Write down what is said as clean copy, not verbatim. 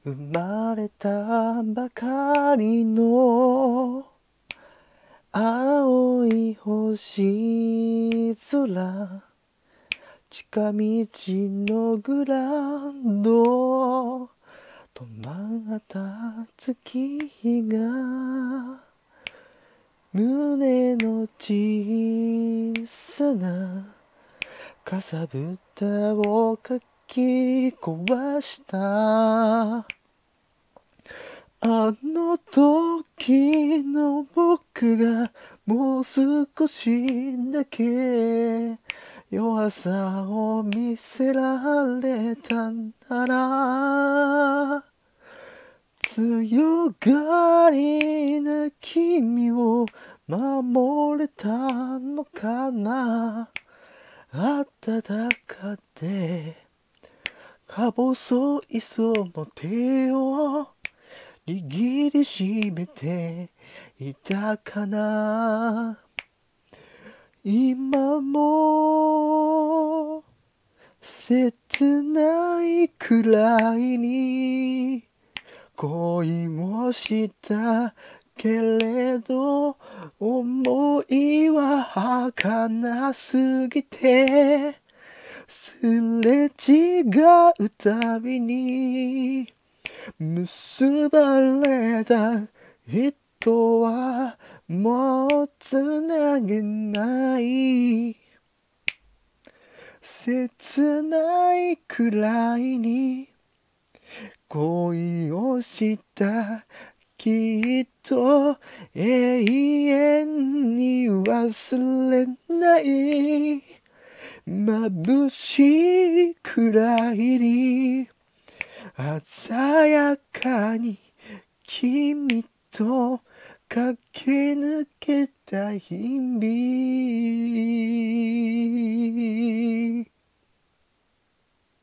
生まれたばかりの青い星空、近道のグランド、止まった月日が胸の小さなかさぶたをかき壊した。あの時の僕がもう少しだけ弱さを見せられたなら、強がりな君を守れたのかな。暖かでか細いその手を握りしめていたかな。今も切ないくらいに恋をしたけれど、思いは儚すぎてすれ違うたびに結ばれた糸はもうつなげない。切ないくらいに恋をした。きっと永遠に忘れない。眩しいくらいに鮮やかに君と駆け抜けた日々